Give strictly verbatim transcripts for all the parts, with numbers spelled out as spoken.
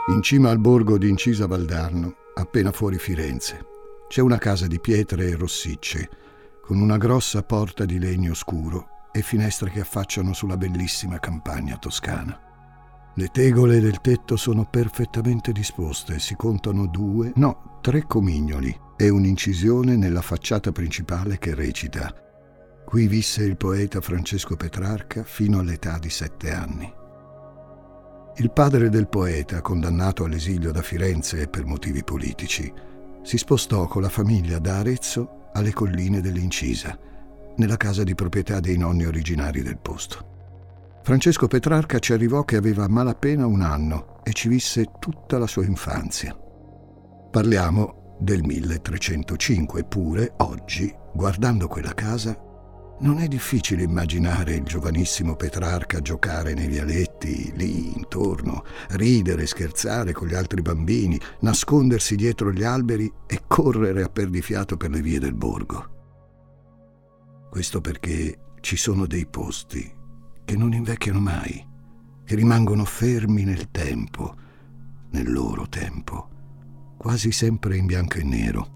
In cima al borgo di Incisa Valdarno, appena fuori Firenze, c'è una casa di pietre rossicce, con una grossa porta di legno scuro e finestre che affacciano sulla bellissima campagna toscana. Le tegole del tetto sono perfettamente disposte, si contano due, no, tre comignoli e un'incisione nella facciata principale che recita: «Qui visse il poeta Francesco Petrarca fino all'età di sette anni». Il padre del poeta, condannato all'esilio da Firenze per motivi politici, si spostò con la famiglia da Arezzo alle colline dell'Incisa, nella casa di proprietà dei nonni originari del posto. Francesco Petrarca ci arrivò che aveva malapena un anno e ci visse tutta la sua infanzia. Parliamo del milletrecentocinque, eppure oggi, guardando quella casa, non è difficile immaginare il giovanissimo Petrarca giocare nei vialetti, lì intorno, ridere, scherzare con gli altri bambini, nascondersi dietro gli alberi e correre a perdifiato per le vie del borgo. Questo perché ci sono dei posti che non invecchiano mai, che rimangono fermi nel tempo, nel loro tempo, quasi sempre in bianco e nero.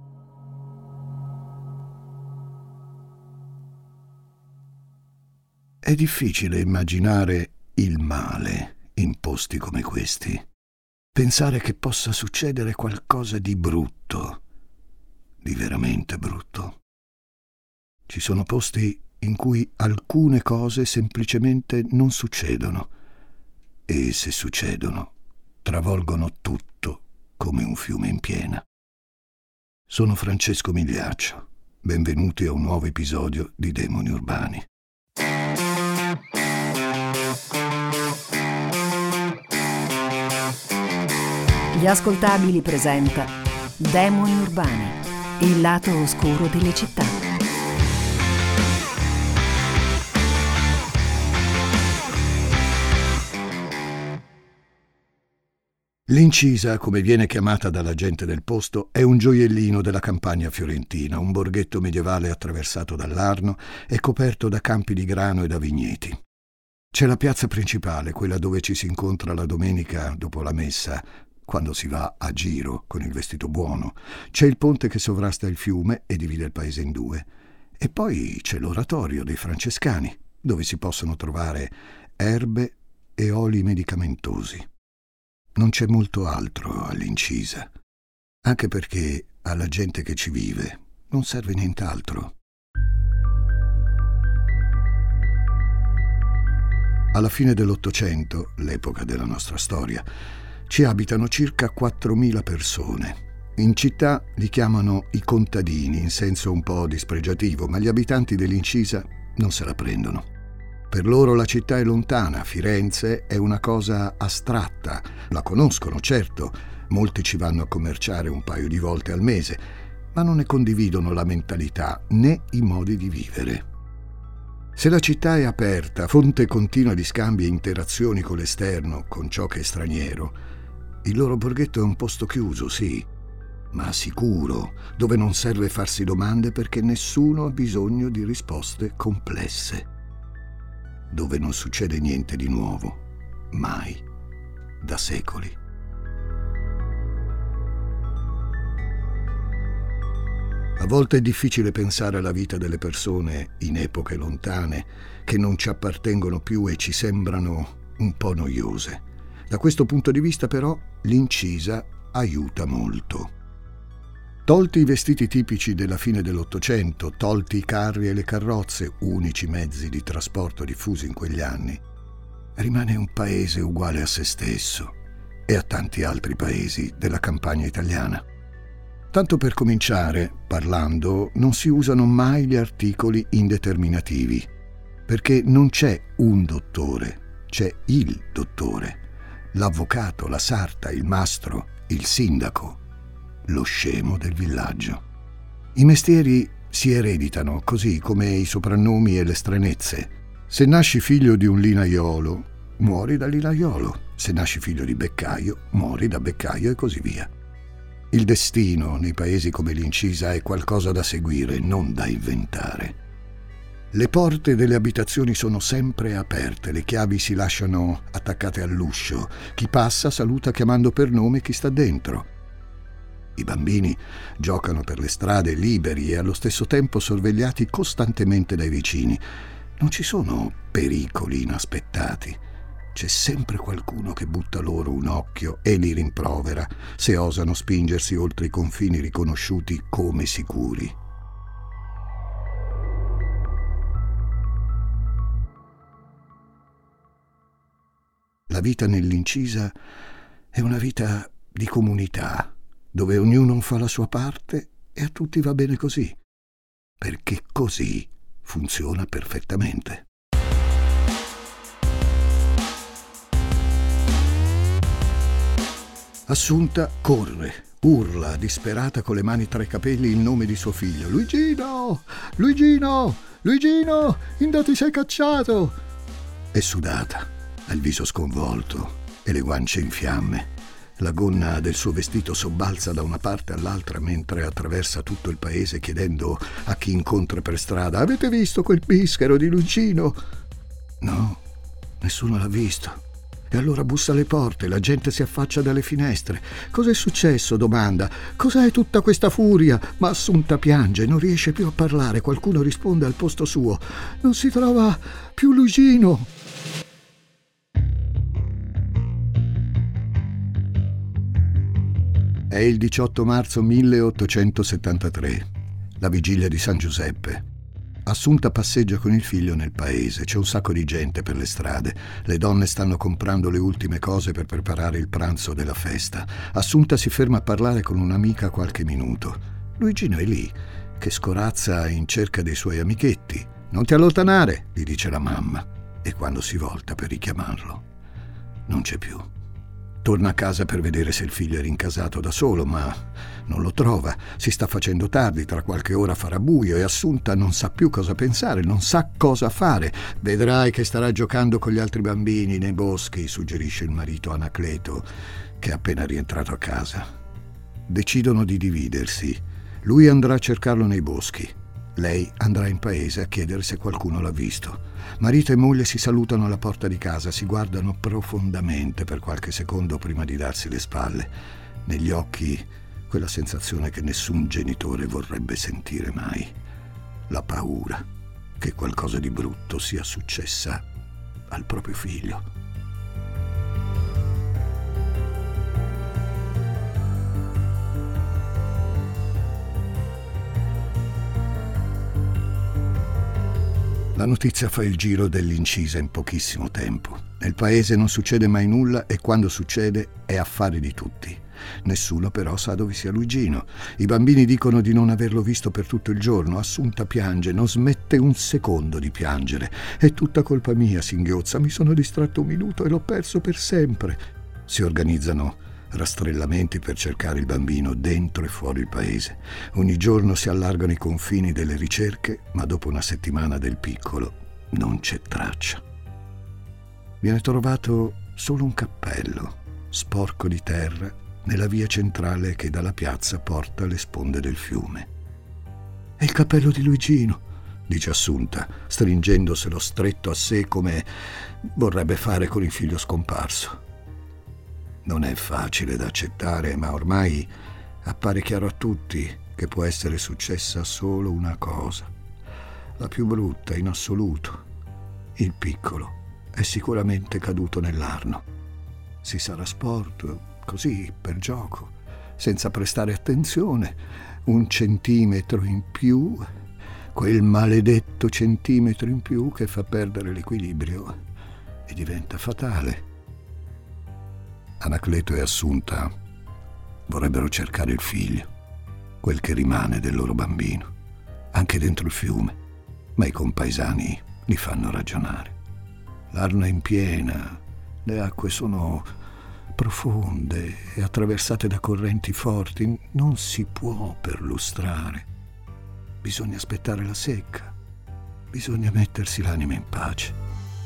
È difficile immaginare il male in posti come questi, pensare che possa succedere qualcosa di brutto, di veramente brutto. Ci sono posti in cui alcune cose semplicemente non succedono e, se succedono, travolgono tutto come un fiume in piena. Sono Francesco Migliaccio. Benvenuti a un nuovo episodio di Demoni Urbani. Gli Ascoltabili presenta Demoni Urbani, il lato oscuro delle città. L'Incisa, come viene chiamata dalla gente del posto, è un gioiellino della campagna fiorentina, un borghetto medievale attraversato dall'Arno e coperto da campi di grano e da vigneti. C'è la piazza principale, quella dove ci si incontra la domenica dopo la messa, quando si va a giro con il vestito buono. C'è il ponte che sovrasta il fiume e divide il paese in due. E poi c'è l'oratorio dei francescani, dove si possono trovare erbe e oli medicamentosi. Non c'è molto altro all'Incisa, anche perché alla gente che ci vive non serve nient'altro. Alla fine dell'Ottocento, l'epoca della nostra storia, ci abitano circa quattromila persone. In città li chiamano i contadini, in senso un po' dispregiativo, ma gli abitanti dell'Incisa non se la prendono. Per loro la città è lontana, Firenze è una cosa astratta. La conoscono, certo, molti ci vanno a commerciare un paio di volte al mese, ma non ne condividono la mentalità né i modi di vivere. Se la città è aperta, fonte continua di scambi e interazioni con l'esterno, con ciò che è straniero, il loro borghetto è un posto chiuso, sì, ma sicuro, dove non serve farsi domande perché nessuno ha bisogno di risposte complesse. Dove non succede niente di nuovo, mai, da secoli. A volte è difficile pensare alla vita delle persone in epoche lontane che non ci appartengono più e ci sembrano un po' noiose. Da questo punto di vista, però, l'Incisa aiuta molto. Tolti i vestiti tipici della fine dell'Ottocento, tolti i carri e le carrozze, unici mezzi di trasporto diffusi in quegli anni, rimane un paese uguale a se stesso e a tanti altri paesi della campagna italiana. Tanto per cominciare, parlando, non si usano mai gli articoli indeterminativi, perché non c'è un dottore, c'è il dottore, l'avvocato, la sarta, il mastro, il sindaco, lo scemo del villaggio. I mestieri si ereditano, così come i soprannomi e le stranezze. Se nasci figlio di un linaiolo, muori da linaiolo. Se nasci figlio di beccaio, muori da beccaio e così via. Il destino nei paesi come l'Incisa è qualcosa da seguire, non da inventare. Le porte delle abitazioni sono sempre aperte, le chiavi si lasciano attaccate all'uscio. Chi passa saluta chiamando per nome chi sta dentro. I bambini giocano per le strade liberi e allo stesso tempo sorvegliati costantemente dai vicini. Non ci sono pericoli inaspettati. C'è sempre qualcuno che butta loro un occhio e li rimprovera se osano spingersi oltre i confini riconosciuti come sicuri. La vita nell'Incisa è una vita di comunità, dove ognuno fa la sua parte e a tutti va bene così, perché così funziona perfettamente. Assunta corre, urla, disperata con le mani tra i capelli il nome di suo figlio. Luigino! Luigino! Luigino! Inda ti sei cacciato! È sudata. Ha il viso sconvolto e le guance in fiamme. La gonna del suo vestito sobbalza da una parte all'altra mentre attraversa tutto il paese chiedendo a chi incontra per strada: avete visto quel bischero di Luigino? No, nessuno l'ha visto. E allora bussa alle porte, la gente si affaccia dalle finestre. Cos'è successo? Domanda. Cos'è tutta questa furia? Ma Assunta piange, non riesce più a parlare. Qualcuno risponde al posto suo: non si trova più Luigino. È il diciotto marzo milleottocentosettantatré, la vigilia di San Giuseppe. Assunta passeggia con il figlio nel paese, c'è un sacco di gente per le strade, le donne stanno comprando le ultime cose per preparare il pranzo della festa. Assunta si ferma a parlare con un'amica qualche minuto. Luigino è lì, che scorazza in cerca dei suoi amichetti. Non ti allontanare, gli dice la mamma, e quando si volta per richiamarlo, non c'è più. Torna a casa per vedere se il figlio è rincasato da solo, ma non lo trova. Si sta facendo tardi, tra qualche ora farà buio e Assunta non sa più cosa pensare, non sa cosa fare. Vedrai che starà giocando con gli altri bambini nei boschi, suggerisce il marito Anacleto, che è appena rientrato a casa. Decidono di dividersi. Lui andrà a cercarlo nei boschi. Lei andrà in paese a chiedere se qualcuno l'ha visto. Marito e moglie si salutano alla porta di casa, si guardano profondamente per qualche secondo prima di darsi le spalle. Negli occhi quella sensazione che nessun genitore vorrebbe sentire mai. La paura che qualcosa di brutto sia successa al proprio figlio. La notizia fa il giro dell'Incisa in pochissimo tempo. Nel paese non succede mai nulla e quando succede è affare di tutti. Nessuno però sa dove sia Luigino. I bambini dicono di non averlo visto per tutto il giorno. Assunta piange, non smette un secondo di piangere. È tutta colpa mia, singhiozza. Mi sono distratto un minuto e l'ho perso per sempre. Si organizzano rastrellamenti per cercare il bambino dentro e fuori il paese. Ogni giorno si allargano i confini delle ricerche, ma dopo una settimana del piccolo non c'è traccia. Viene trovato solo un cappello, sporco di terra, nella via centrale che dalla piazza porta alle sponde del fiume. È il cappello di Luigino, dice Assunta, stringendoselo stretto a sé come vorrebbe fare con il figlio scomparso. Non è facile da accettare, ma ormai appare chiaro a tutti che può essere successa solo una cosa, la più brutta in assoluto. Il piccolo è sicuramente caduto nell'Arno. Si sarà sporto, così, per gioco, senza prestare attenzione, un centimetro in più, quel maledetto centimetro in più che fa perdere l'equilibrio e diventa fatale. Anacleto e Assunta vorrebbero cercare il figlio, quel che rimane del loro bambino, anche dentro il fiume, ma i compaesani li fanno ragionare. L'Arno è in piena, le acque sono profonde e attraversate da correnti forti, non si può perlustrare. Bisogna aspettare la secca, bisogna mettersi l'anima in pace.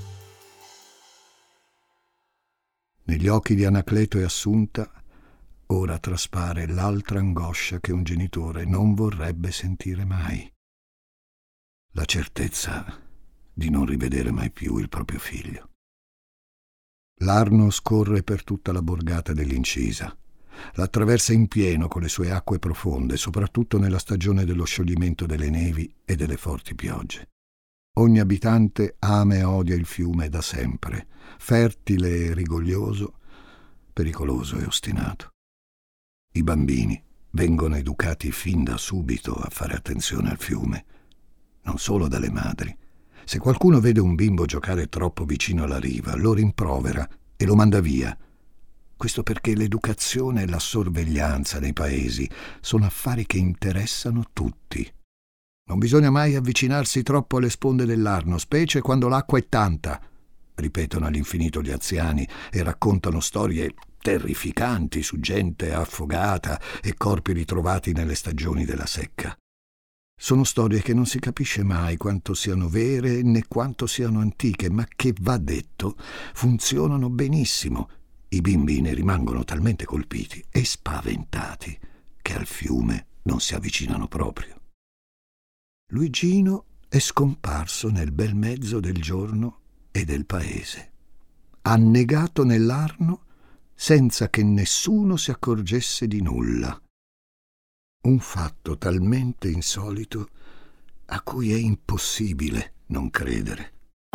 Negli occhi di Anacleto e Assunta ora traspare l'altra angoscia che un genitore non vorrebbe sentire mai. la certezza di non rivedere mai più il proprio figlio. L'Arno scorre per tutta la borgata dell'Incisa. L'attraversa in pieno con le sue acque profonde, soprattutto nella stagione dello scioglimento delle nevi e delle forti piogge. Ogni abitante ama e odia il fiume da sempre, fertile e rigoglioso, pericoloso e ostinato. I bambini vengono educati fin da subito a fare attenzione al fiume, non solo dalle madri. Se qualcuno vede un bimbo giocare troppo vicino alla riva, lo rimprovera e lo manda via. Questo perché l'educazione e la sorveglianza nei paesi sono affari che interessano tutti. Non bisogna mai avvicinarsi troppo alle sponde dell'Arno, specie quando l'acqua è tanta, ripetono all'infinito gli anziani e raccontano storie terrificanti su gente affogata e corpi ritrovati nelle stagioni della secca. Sono storie che non si capisce mai quanto siano vere né quanto siano antiche, ma che, va detto, funzionano benissimo. I bimbi ne rimangono talmente colpiti e spaventati che al fiume non si avvicinano proprio. Luigino è scomparso nel bel mezzo del giorno e del paese, annegato nell'Arno senza che nessuno si accorgesse di nulla. Un fatto talmente insolito a cui è impossibile non credere.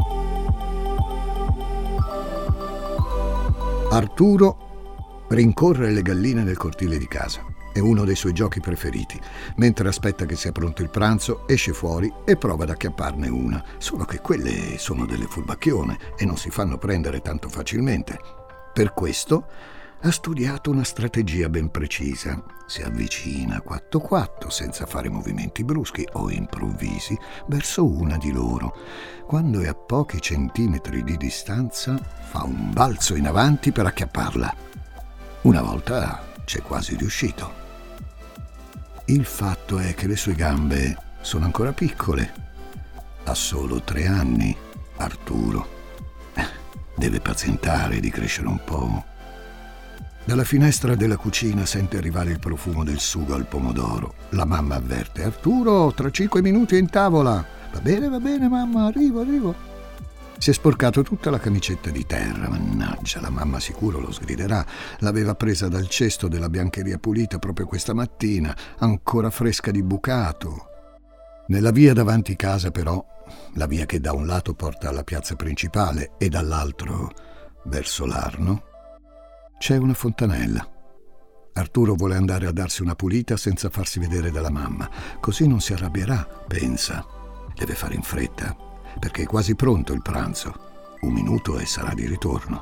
Arturo rincorre le galline nel cortile di casa. È uno dei suoi giochi preferiti. Mentre aspetta che sia pronto il pranzo, esce fuori e prova ad acchiapparne una. Solo che quelle sono delle furbacchione e non si fanno prendere tanto facilmente. Per questo ha studiato una strategia ben precisa. Si avvicina quatto quatto, senza fare movimenti bruschi o improvvisi, verso una di loro. Quando è a pochi centimetri di distanza, fa un balzo in avanti per acchiapparla. Una volta c'è quasi riuscito. Il fatto è che le sue gambe sono ancora piccole. Ha solo tre anni, Arturo. Deve pazientare di crescere un po'. Dalla finestra della cucina sente arrivare il profumo del sugo al pomodoro. La mamma avverte: Arturo, tra cinque minuti è in tavola. Va bene, va bene, mamma, arrivo, arrivo. Si è sporcato tutta la camicetta di terra, mannaggia, la mamma sicuro lo sgriderà. L'aveva presa dal cesto della biancheria pulita proprio questa mattina, ancora fresca di bucato. Nella via davanti casa, però, la via che da un lato porta alla piazza principale e dall'altro verso l'Arno, c'è una fontanella. Arturo vuole andare a darsi una pulita senza farsi vedere dalla mamma, così non si arrabbierà, pensa. Deve fare in fretta, perché è quasi pronto il pranzo. Un minuto e sarà di ritorno.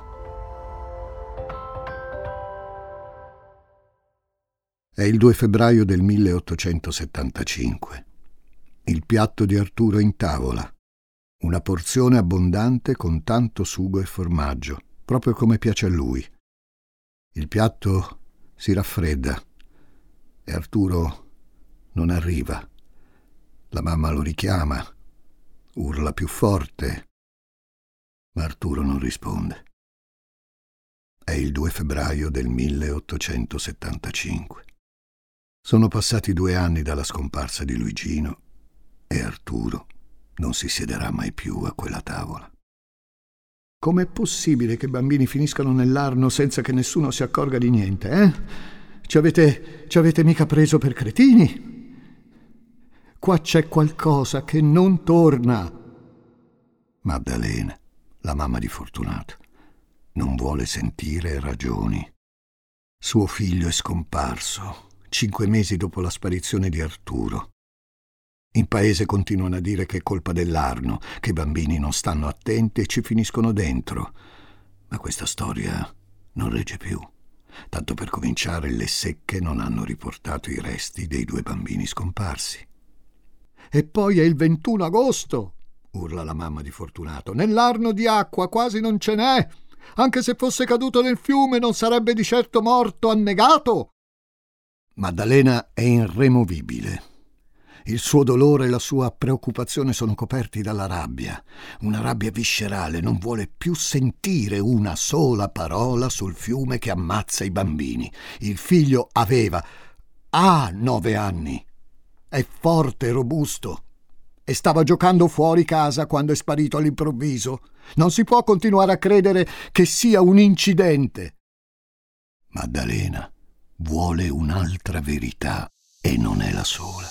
È il due febbraio del milleottocentosettantacinque. Il piatto di Arturo in tavola. Una porzione abbondante con tanto sugo e formaggio, proprio come piace a lui. Il piatto si raffredda e Arturo non arriva. La mamma lo richiama, urla più forte, ma Arturo non risponde. È il due febbraio del milleottocentosettantacinque. Sono passati due anni dalla scomparsa di Luigino e Arturo non si siederà mai più a quella tavola. Com'è possibile che i bambini finiscano nell'Arno senza che nessuno si accorga di niente, eh? Ci avete, ci avete mica preso per cretini? Qua c'è qualcosa che non torna. Maddalena, la mamma di Fortunato, non vuole sentire ragioni. Suo figlio è scomparso cinque mesi dopo la sparizione di Arturo. In paese continuano a dire che è colpa dell'Arno, che i bambini non stanno attenti e ci finiscono dentro. Ma questa storia non regge più. Tanto per cominciare, le secche non hanno riportato i resti dei due bambini scomparsi. E poi è il ventuno agosto, urla la mamma di Fortunato. Nell'Arno di acqua quasi non ce n'è. Anche se fosse caduto nel fiume non sarebbe di certo morto annegato. Maddalena è irremovibile. Il suo dolore e la sua preoccupazione sono coperti dalla rabbia, una rabbia viscerale. Non vuole più sentire una sola parola sul fiume che ammazza i bambini. Il figlio aveva, ha nove anni, è forte e robusto. e stava giocando fuori casa quando è sparito all'improvviso. Non si può continuare a credere che sia un incidente. Maddalena vuole un'altra verità e non è la sola.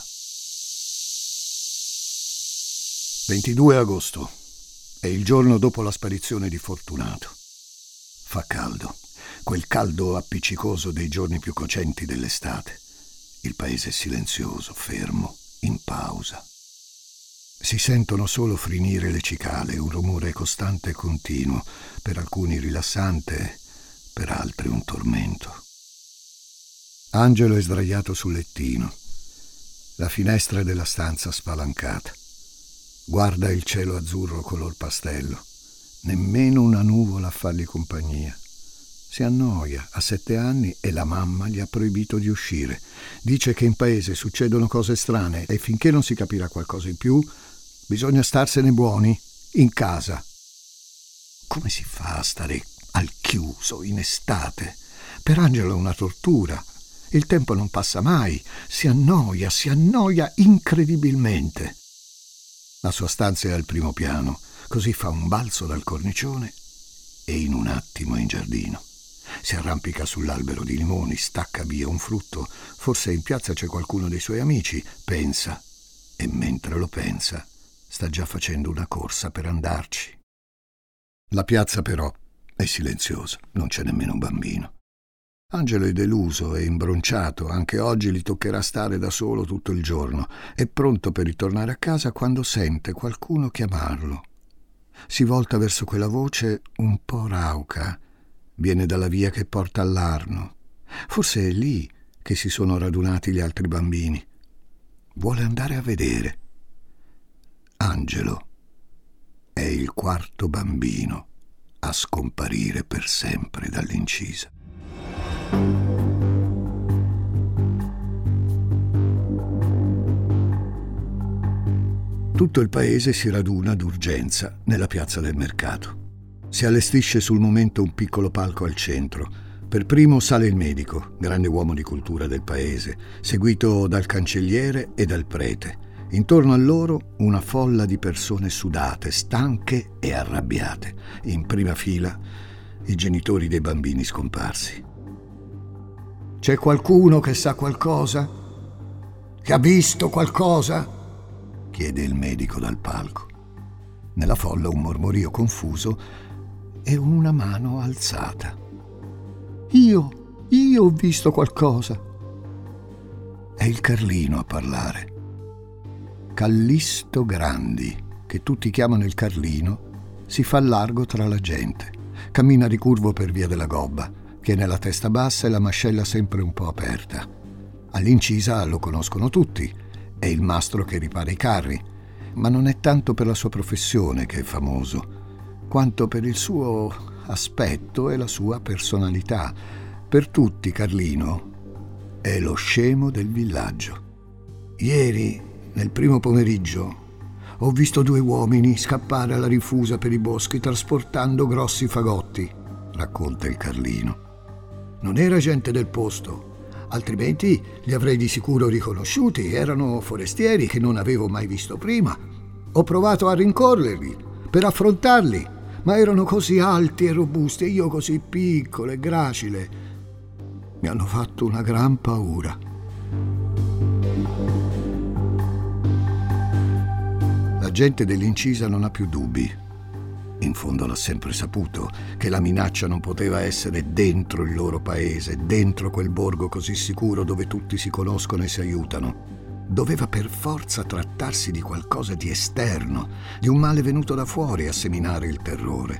ventidue agosto è il giorno dopo la sparizione di Fortunato. Fa caldo, quel caldo appiccicoso dei giorni più cocenti dell'estate. Il paese è silenzioso, fermo, in pausa. Si sentono solo frinire le cicale, un rumore costante e continuo, per alcuni rilassante, per altri un tormento. Angelo è sdraiato sul lettino, la finestra della stanza spalancata. Guarda il cielo azzurro color pastello, nemmeno una nuvola a fargli compagnia. Si annoia, ha sette anni e la mamma gli ha proibito di uscire. Dice che in paese succedono cose strane e finché non si capirà qualcosa in più, bisogna starsene buoni, in casa. Come si fa a stare al chiuso in estate? Per Angelo è una tortura. Il tempo non passa mai, si annoia, si annoia incredibilmente. La sua stanza è al primo piano, così fa un balzo dal cornicione e in un attimo è in giardino. Si arrampica sull'albero di limoni, stacca via un frutto, forse in piazza c'è qualcuno dei suoi amici, pensa, e mentre lo pensa sta già facendo una corsa per andarci. La piazza però è silenziosa, non c'è nemmeno un bambino. Angelo è deluso e imbronciato, anche oggi gli toccherà stare da solo tutto il giorno. È pronto per ritornare a casa quando sente qualcuno chiamarlo. Si volta verso quella voce un po' rauca. Viene dalla via che porta all'Arno. Forse è lì che si sono radunati gli altri bambini. Vuole andare a vedere. Angelo è il quarto bambino a scomparire per sempre dall'Incisa. Tutto il paese si raduna d'urgenza nella piazza del mercato. Si allestisce sul momento un piccolo palco al centro. Per primo sale il medico, grande uomo di cultura del paese, seguito dal cancelliere e dal prete. Intorno a loro una folla di persone sudate, stanche e arrabbiate. In prima fila i genitori dei bambini scomparsi. C'è qualcuno che sa qualcosa? Che ha visto qualcosa? Chiede il medico dal palco. Nella folla un mormorio confuso e una mano alzata. Io, io ho visto qualcosa. È il Carlino a parlare. Callisto Grandi, che tutti chiamano il Carlino, si fa largo tra la gente. Cammina ricurvo per via della gobba. Tiene la testa bassa e la mascella sempre un po' aperta. All'Incisa lo conoscono tutti, è il mastro che ripara i carri, ma non è tanto per la sua professione che è famoso, quanto per il suo aspetto e la sua personalità. Per tutti Carlino è lo scemo del villaggio. Ieri, nel primo pomeriggio, ho visto due uomini scappare alla rinfusa per i boschi trasportando grossi fagotti, racconta il Carlino. Non era gente del posto, altrimenti li avrei di sicuro riconosciuti. Erano forestieri che non avevo mai visto prima. Ho provato a rincorrerli, per affrontarli, ma erano così alti e robusti e io così piccolo e gracile. Mi hanno fatto una gran paura. La gente dell'Incisa non ha più dubbi. In fondo l'ha sempre saputo che la minaccia non poteva essere dentro il loro paese, dentro quel borgo così sicuro dove tutti si conoscono e si aiutano. Doveva per forza trattarsi di qualcosa di esterno, di un male venuto da fuori a seminare il terrore.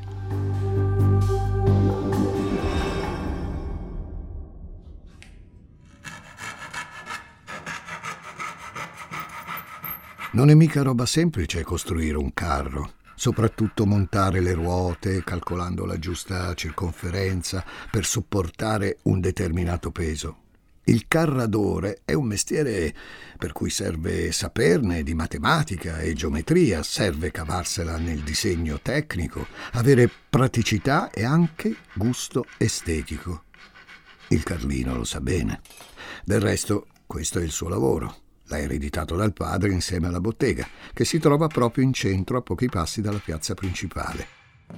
Non è mica roba semplice costruire un carro. Soprattutto montare le ruote, calcolando la giusta circonferenza per sopportare un determinato peso. Il carradore è un mestiere per cui serve saperne di matematica e geometria, serve cavarsela nel disegno tecnico, avere praticità e anche gusto estetico. Il Carlino lo sa bene. Del resto, questo è il suo lavoro. L'ha ereditato dal padre insieme alla bottega, che si trova proprio in centro a pochi passi dalla piazza principale.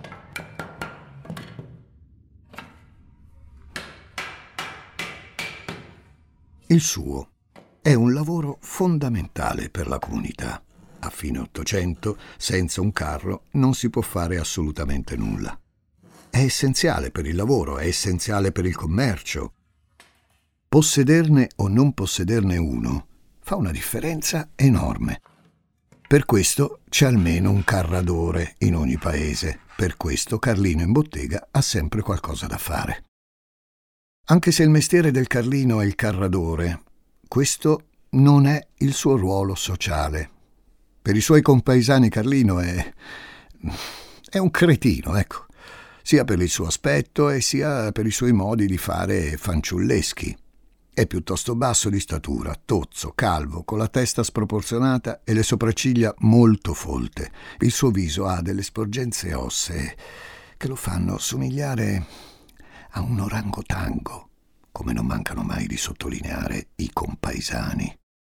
Il suo è un lavoro fondamentale per la comunità. A fine Ottocento, senza un carro, non si può fare assolutamente nulla. È essenziale per il lavoro, è essenziale per il commercio. Possederne o non possederne uno fa una differenza enorme. Per questo c'è almeno un carradore in ogni paese. Per questo Carlino in bottega ha sempre qualcosa da fare. Anche se il mestiere del Carlino è il carradore, questo non è il suo ruolo sociale. Per i suoi compaesani Carlino è... è un cretino, ecco, sia per il suo aspetto e sia per i suoi modi di fare fanciulleschi. È piuttosto basso di statura, tozzo, calvo, con la testa sproporzionata e le sopracciglia molto folte. Il suo viso ha delle sporgenze ossee che lo fanno somigliare a un orangotango, come non mancano mai di sottolineare i compaesani.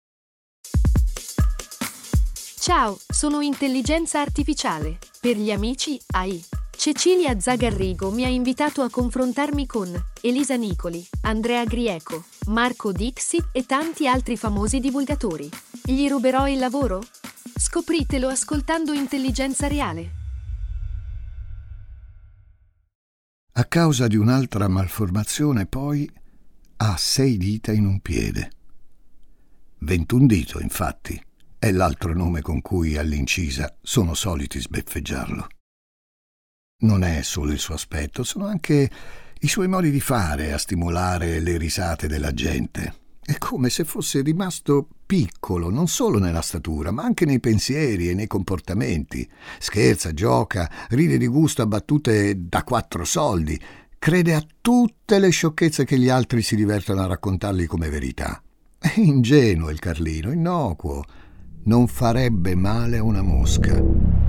Ciao, sono intelligenza artificiale. Per gli amici A I. Cecilia Zagarrigo mi ha invitato a confrontarmi con Elisa Nicoli, Andrea Grieco, Marco Dixit e tanti altri famosi divulgatori. Gli ruberò il lavoro? Scopritelo ascoltando Intelligenza Reale. A causa di un'altra malformazione, poi, ha sei dita in un piede. Ventundito, infatti, è l'altro nome con cui all'incisa sono soliti sbeffeggiarlo. Non è solo il suo aspetto, sono anche i suoi modi di fare a stimolare le risate della gente. È come se fosse rimasto piccolo, non solo nella statura, ma anche nei pensieri e nei comportamenti. Scherza, gioca, ride di gusto a battute da quattro soldi, crede a tutte le sciocchezze che gli altri si divertono a raccontargli come verità. È ingenuo il Carlino, innocuo, non farebbe male a una mosca.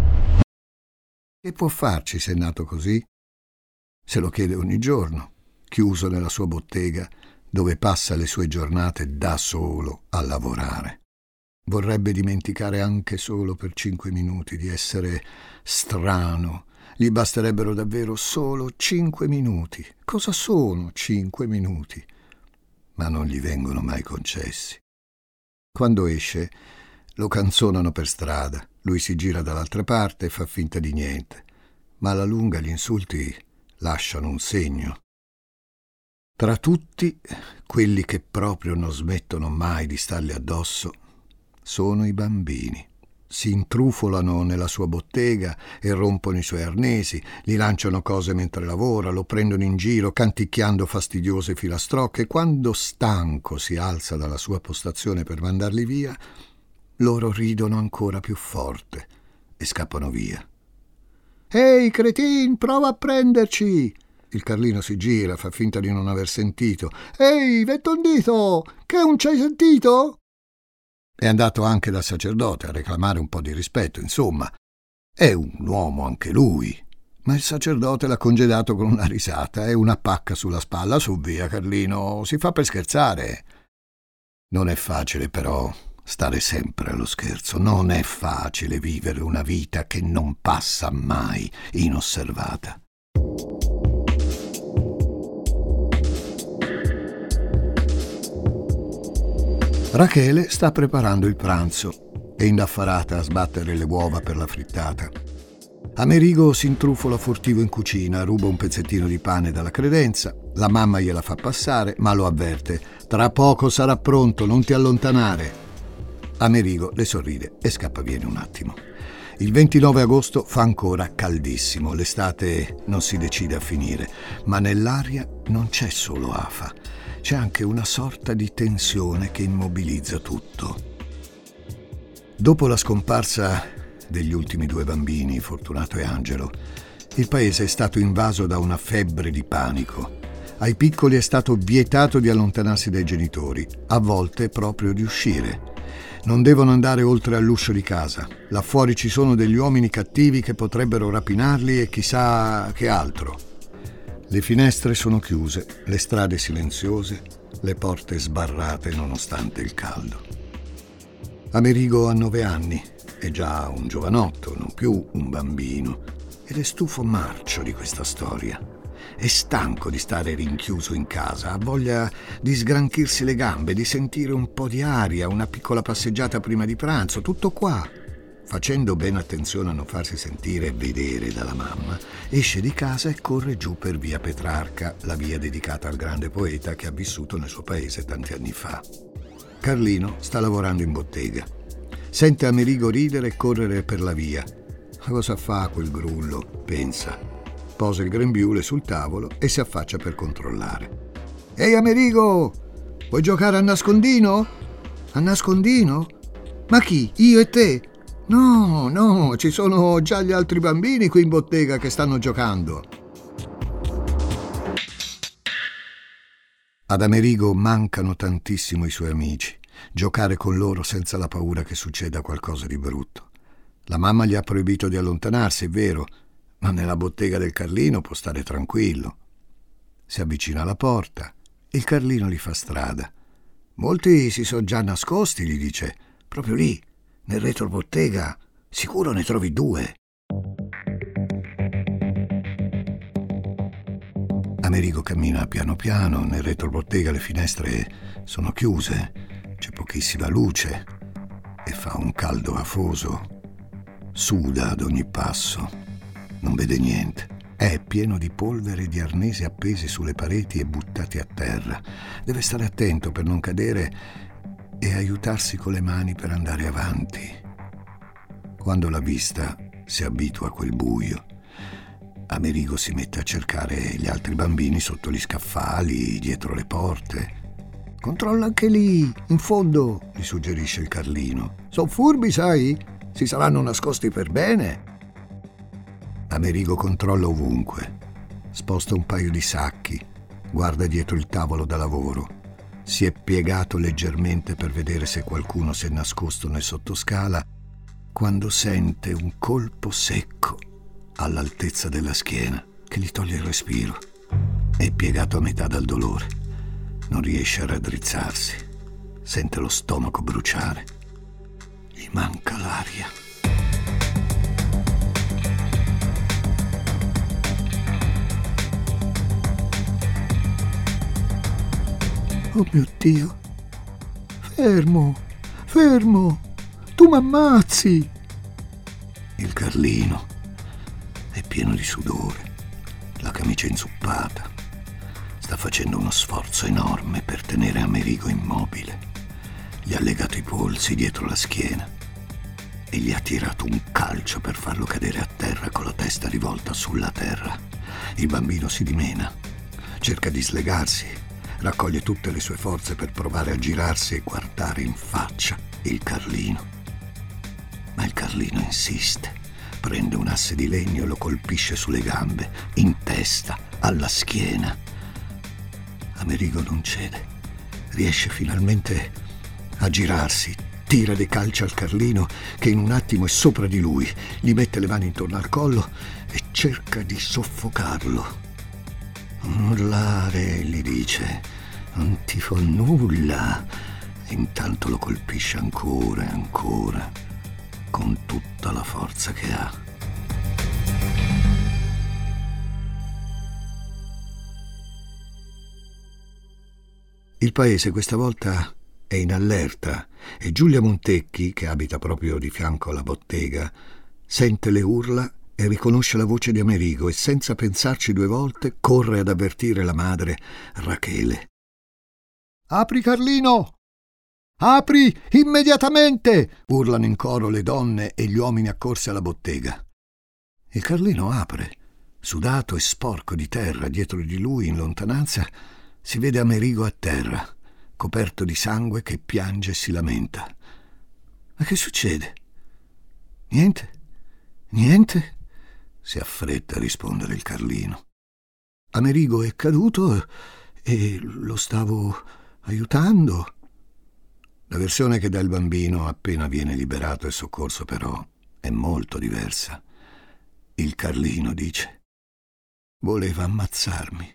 Che può farci se è nato così? Se lo chiede ogni giorno, chiuso nella sua bottega, dove passa le sue giornate da solo a lavorare. Vorrebbe dimenticare anche solo per cinque minuti di essere strano. Gli basterebbero davvero solo cinque minuti. Cosa sono cinque minuti? Ma non gli vengono mai concessi. Quando esce, lo canzonano per strada. Lui si gira dall'altra parte e fa finta di niente, ma alla lunga gli insulti lasciano un segno. Tra tutti, quelli che proprio non smettono mai di stargli addosso sono i bambini. Si intrufolano nella sua bottega e rompono i suoi arnesi, gli lanciano cose mentre lavora, lo prendono in giro canticchiando fastidiose filastrocche. Quando stanco si alza dalla sua postazione per mandarli via, loro ridono ancora più forte e scappano via. «Ehi, cretin, prova a prenderci!» Il Carlino si gira, fa finta di non aver sentito. «Ehi, Vettondito, che non ci hai sentito?» È andato anche dal sacerdote a reclamare un po' di rispetto, insomma. È un uomo anche lui. Ma il sacerdote l'ha congedato con una risata e una pacca sulla spalla. «Su via, Carlino, si fa per scherzare!» Non è facile, però, stare sempre allo scherzo. Non è facile vivere una vita che non passa mai inosservata. Rachele sta preparando il pranzo, è indaffarata a sbattere le uova per la frittata. Amerigo si intrufola furtivo in cucina, ruba un pezzettino di pane dalla credenza, la mamma gliela fa passare, ma lo avverte: «Tra poco sarà pronto, non ti allontanare». Amerigo le sorride e scappa via in un attimo. Il ventinove agosto fa ancora caldissimo, l'estate non si decide a finire, ma nell'aria non c'è solo afa, c'è anche una sorta di tensione che immobilizza tutto. Dopo la scomparsa degli ultimi due bambini, Fortunato e Angelo, il paese è stato invaso da una febbre di panico. Ai piccoli è stato vietato di allontanarsi dai genitori, a volte proprio di uscire. Non devono andare oltre all'uscio di casa. Là fuori ci sono degli uomini cattivi che potrebbero rapinarli e chissà che altro. Le finestre sono chiuse, le strade silenziose, le porte sbarrate nonostante il caldo. Amerigo ha nove anni, è già un giovanotto, non più un bambino, ed è stufo marcio di questa storia. È stanco di stare rinchiuso in casa, ha voglia di sgranchirsi le gambe, di sentire un po' di aria, una piccola passeggiata prima di pranzo, tutto qua. Facendo ben attenzione a non farsi sentire e vedere dalla mamma, esce di casa e corre giù per via Petrarca, la via dedicata al grande poeta che ha vissuto nel suo paese tanti anni fa. Carlino sta lavorando in bottega. Sente Amerigo ridere e correre per la via. Ma cosa fa quel grullo? Pensa. Posa il grembiule sul tavolo e si affaccia per controllare. Ehi Amerigo, vuoi giocare a nascondino? A nascondino? Ma chi? Io e te? No, no, ci sono già gli altri bambini qui in bottega che stanno giocando. Ad Amerigo mancano tantissimo i suoi amici. Giocare con loro senza la paura che succeda qualcosa di brutto. La mamma gli ha proibito di allontanarsi, è vero, ma nella bottega del Carlino può stare tranquillo. Si avvicina alla porta e il Carlino gli fa strada. Molti si sono già nascosti, gli dice, proprio lì, nel retrobottega, sicuro ne trovi due. Amerigo cammina piano piano, nel retrobottega le finestre sono chiuse, c'è pochissima luce e fa un caldo afoso. Suda ad ogni passo. Non vede niente. È pieno di polvere e di arnesi appesi sulle pareti e buttati a terra. Deve stare attento per non cadere e aiutarsi con le mani per andare avanti. Quando la vista si abitua a quel buio, Amerigo si mette a cercare gli altri bambini sotto gli scaffali, dietro le porte. Controlla anche lì, in fondo, gli suggerisce il Carlino. Sono furbi, sai? Si saranno nascosti per bene. Amerigo controlla ovunque, sposta un paio di sacchi, guarda dietro il tavolo da lavoro, si è piegato leggermente per vedere se qualcuno si è nascosto nel sottoscala, quando sente un colpo secco all'altezza della schiena che gli toglie il respiro. È piegato a metà dal dolore, non riesce a raddrizzarsi, sente lo stomaco bruciare, gli manca l'aria. Oh mio Dio, fermo, fermo, tu m'ammazzi! Il Carlino è pieno di sudore, la camicia inzuppata, sta facendo uno sforzo enorme per tenere Amerigo immobile. Gli ha legato i polsi dietro la schiena e gli ha tirato un calcio per farlo cadere a terra con la testa rivolta sulla terra. Il bambino si dimena, cerca di slegarsi, raccoglie tutte le sue forze per provare a girarsi e guardare in faccia il Carlino. Ma il Carlino insiste, prende un asse di legno e lo colpisce sulle gambe, in testa, alla schiena. Amerigo non cede, riesce finalmente a girarsi, tira dei calci al Carlino che in un attimo è sopra di lui, gli mette le mani intorno al collo e cerca di soffocarlo. Non urlare, gli dice, non ti fa nulla. E intanto lo colpisce ancora e ancora, con tutta la forza che ha. Il paese questa volta è in allerta e Giulia Montecchi, che abita proprio di fianco alla bottega, sente le urla e riconosce la voce di Amerigo e senza pensarci due volte corre ad avvertire la madre, Rachele. «Apri, Carlino! Apri immediatamente!» urlano in coro le donne e gli uomini accorsi alla bottega. Il Carlino apre. Sudato e sporco di terra, dietro di lui, in lontananza, si vede Amerigo a terra, coperto di sangue che piange e si lamenta. Ma che succede? Niente? Niente? Si affretta a rispondere il Carlino. Amerigo è caduto e lo stavo aiutando. La versione che dà il bambino appena viene liberato e soccorso però è molto diversa. Il Carlino dice: voleva ammazzarmi.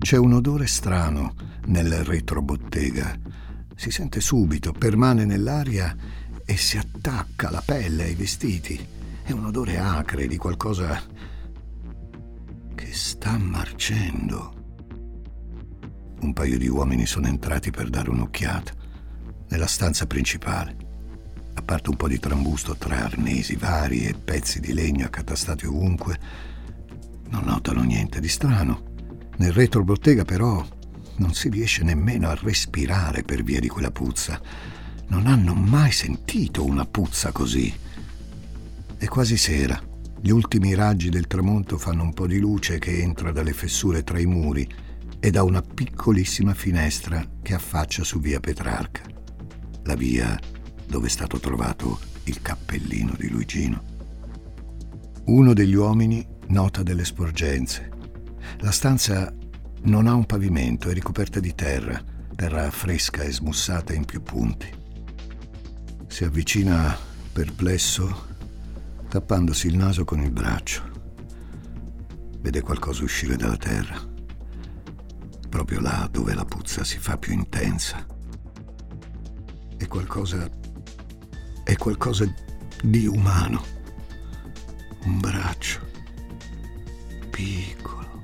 C'è un odore strano nel retrobottega. Si sente subito, permane nell'aria e si attacca alla pelle, ai vestiti. È un odore acre di qualcosa che sta marcendo. Un paio di uomini sono entrati per dare un'occhiata nella stanza principale. A parte un po' di trambusto tra arnesi vari e pezzi di legno accatastati ovunque, non notano niente di strano. Nel retrobottega però non si riesce nemmeno a respirare per via di quella puzza. Non hanno mai sentito una puzza così. È quasi sera. Gli ultimi raggi del tramonto fanno un po' di luce che entra dalle fessure tra i muri e da una piccolissima finestra che affaccia su via Petrarca, la via dove è stato trovato il cappellino di Luigino. Uno degli uomini nota delle sporgenze. La stanza non ha un pavimento, è ricoperta di terra, terra fresca e smussata in più punti. Si avvicina perplesso, tappandosi il naso con il braccio. Vede qualcosa uscire dalla terra, proprio là dove la puzza si fa più intensa. È qualcosa... è qualcosa di umano. Un braccio piccolo,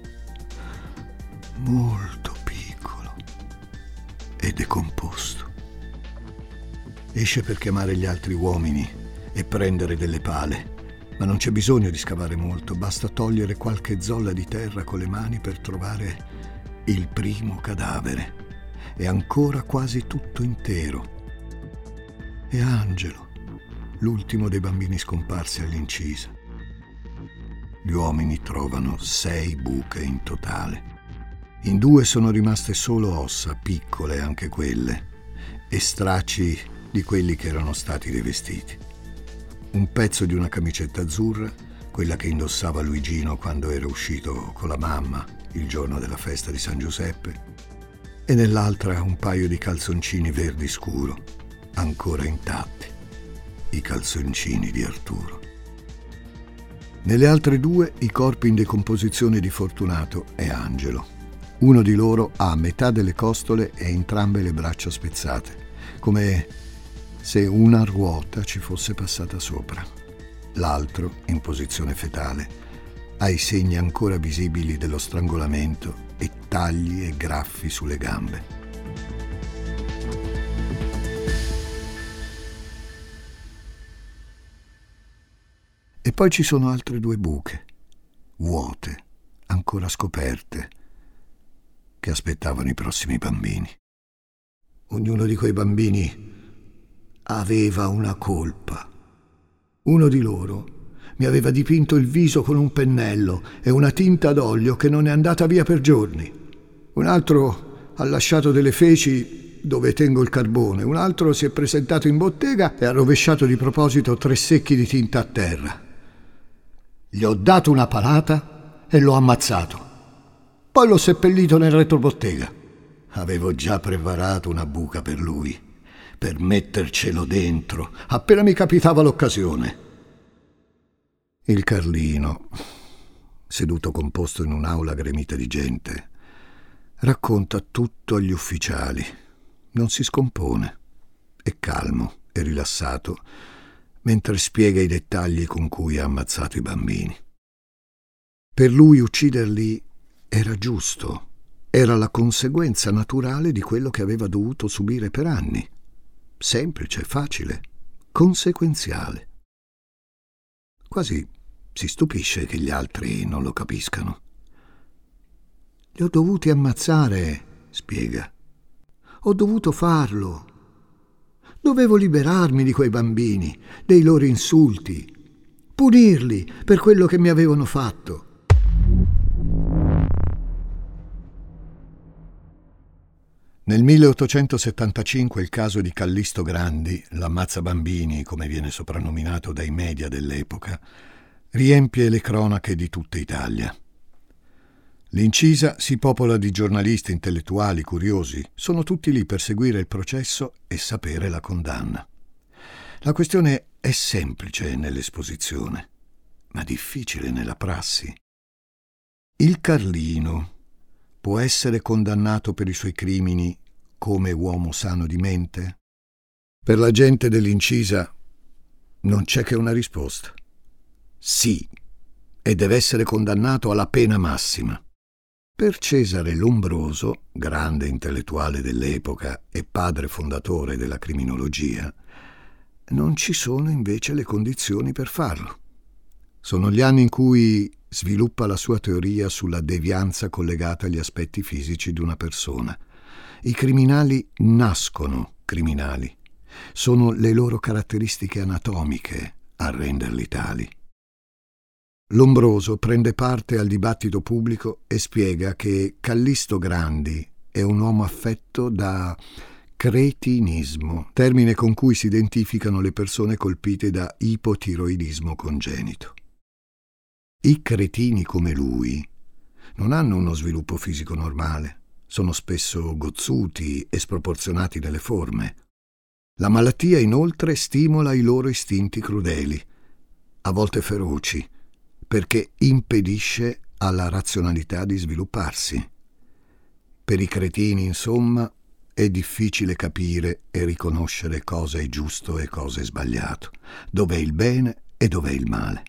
molto piccolo e decomposto. Esce per chiamare gli altri uomini e prendere delle pale, ma non c'è bisogno di scavare molto, basta togliere qualche zolla di terra con le mani per trovare il primo cadavere. È ancora quasi tutto intero. È Angelo, l'ultimo dei bambini scomparsi all'incisa. Gli uomini trovano sei buche in totale. In due sono rimaste solo ossa, piccole anche quelle, e stracci di quelli che erano stati dei vestiti. Un pezzo di una camicetta azzurra, quella che indossava Luigino quando era uscito con la mamma il giorno della festa di San Giuseppe, e nell'altra un paio di calzoncini verdi scuro, ancora intatti, i calzoncini di Arturo. Nelle altre due i corpi in decomposizione di Fortunato e Angelo. Uno di loro ha metà delle costole e entrambe le braccia spezzate, come se una ruota ci fosse passata sopra. L'altro, in posizione fetale, ha i segni ancora visibili dello strangolamento e tagli e graffi sulle gambe. E poi ci sono altre due buche, vuote, ancora scoperte, che aspettavano i prossimi bambini. Ognuno di quei bambini aveva una colpa. Uno di loro mi aveva dipinto il viso con un pennello e una tinta d'olio che non è andata via per giorni. Un altro ha lasciato delle feci dove tengo il carbone. Un altro si è presentato in bottega e ha rovesciato di proposito tre secchi di tinta a terra. Gli ho dato una palata e l'ho ammazzato. Poi l'ho seppellito nel retrobottega. Avevo già preparato una buca per lui, per mettercelo dentro, appena mi capitava l'occasione. Il Carlino, seduto composto in un'aula gremita di gente, racconta tutto agli ufficiali. Non si scompone, è calmo e rilassato, mentre spiega i dettagli con cui ha ammazzato i bambini. Per lui ucciderli era giusto, era la conseguenza naturale di quello che aveva dovuto subire per anni. Semplice, facile, conseguenziale. Quasi si stupisce che gli altri non lo capiscano. Li ho dovuti ammazzare, spiega. Ho dovuto farlo. Dovevo liberarmi di quei bambini, dei loro insulti, punirli per quello che mi avevano fatto. Nel milleottocentosettantacinque il caso di Callisto Grandi, l'ammazzabambini, come viene soprannominato dai media dell'epoca, riempie le cronache di tutta Italia. L'Incisa si popola di giornalisti, intellettuali, curiosi. Sono tutti lì per seguire il processo e sapere la condanna. La questione è semplice nell'esposizione, ma difficile nella prassi. Il Carlino, può essere condannato per i suoi crimini come uomo sano di mente? Per la gente dell'Incisa non c'è che una risposta. Sì, e deve essere condannato alla pena massima. Per Cesare Lombroso, grande intellettuale dell'epoca e padre fondatore della criminologia, non ci sono invece le condizioni per farlo. Sono gli anni in cui sviluppa la sua teoria sulla devianza collegata agli aspetti fisici di una persona. I criminali nascono criminali. Sono le loro caratteristiche anatomiche a renderli tali. Lombroso prende parte al dibattito pubblico e spiega che Callisto Grandi è un uomo affetto da cretinismo, termine con cui si identificano le persone colpite da ipotiroidismo congenito. I cretini come lui non hanno uno sviluppo fisico normale, sono spesso gozzuti e sproporzionati nelle forme. La malattia inoltre stimola i loro istinti crudeli, a volte feroci, perché impedisce alla razionalità di svilupparsi. Per i cretini, insomma, è difficile capire e riconoscere cosa è giusto e cosa è sbagliato, dov'è il bene e dov'è il male.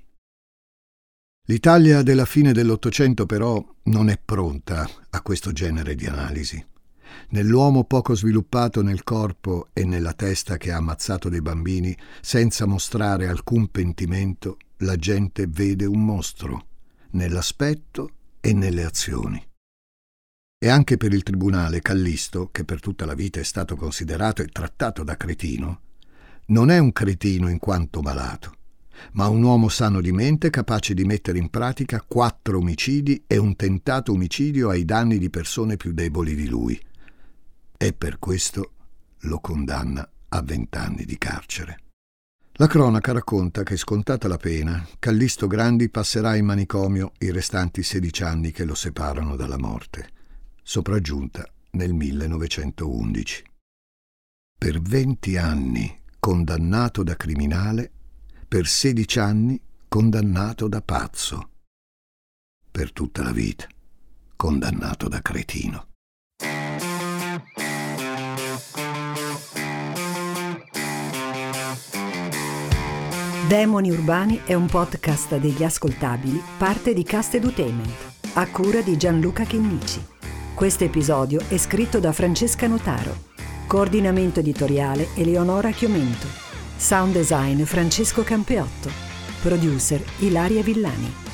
L'Italia della fine dell'Ottocento, però, non è pronta a questo genere di analisi. Nell'uomo poco sviluppato nel corpo e nella testa che ha ammazzato dei bambini, senza mostrare alcun pentimento, la gente vede un mostro, nell'aspetto e nelle azioni. E anche per il tribunale Callisto, che per tutta la vita è stato considerato e trattato da cretino, non è un cretino in quanto malato, ma un uomo sano di mente capace di mettere in pratica quattro omicidi e un tentato omicidio ai danni di persone più deboli di lui. E per questo lo condanna a vent'anni di carcere. La cronaca racconta che, scontata la pena, Callisto Grandi passerà in manicomio i restanti sedici anni che lo separano dalla morte, sopraggiunta nel millenovecentoundici. Per venti anni condannato da criminale, per sedici anni condannato da pazzo, per tutta la vita condannato da cretino. Demoni Urbani è un podcast degli Ascoltabili, parte di Cast Edutainment, a cura di Gianluca Chinnici. Questo episodio è scritto da Francesca Notaro. Coordinamento editoriale Eleonora Chiomento. Sound design Francesco Campeotto. Producer Ilaria Villani.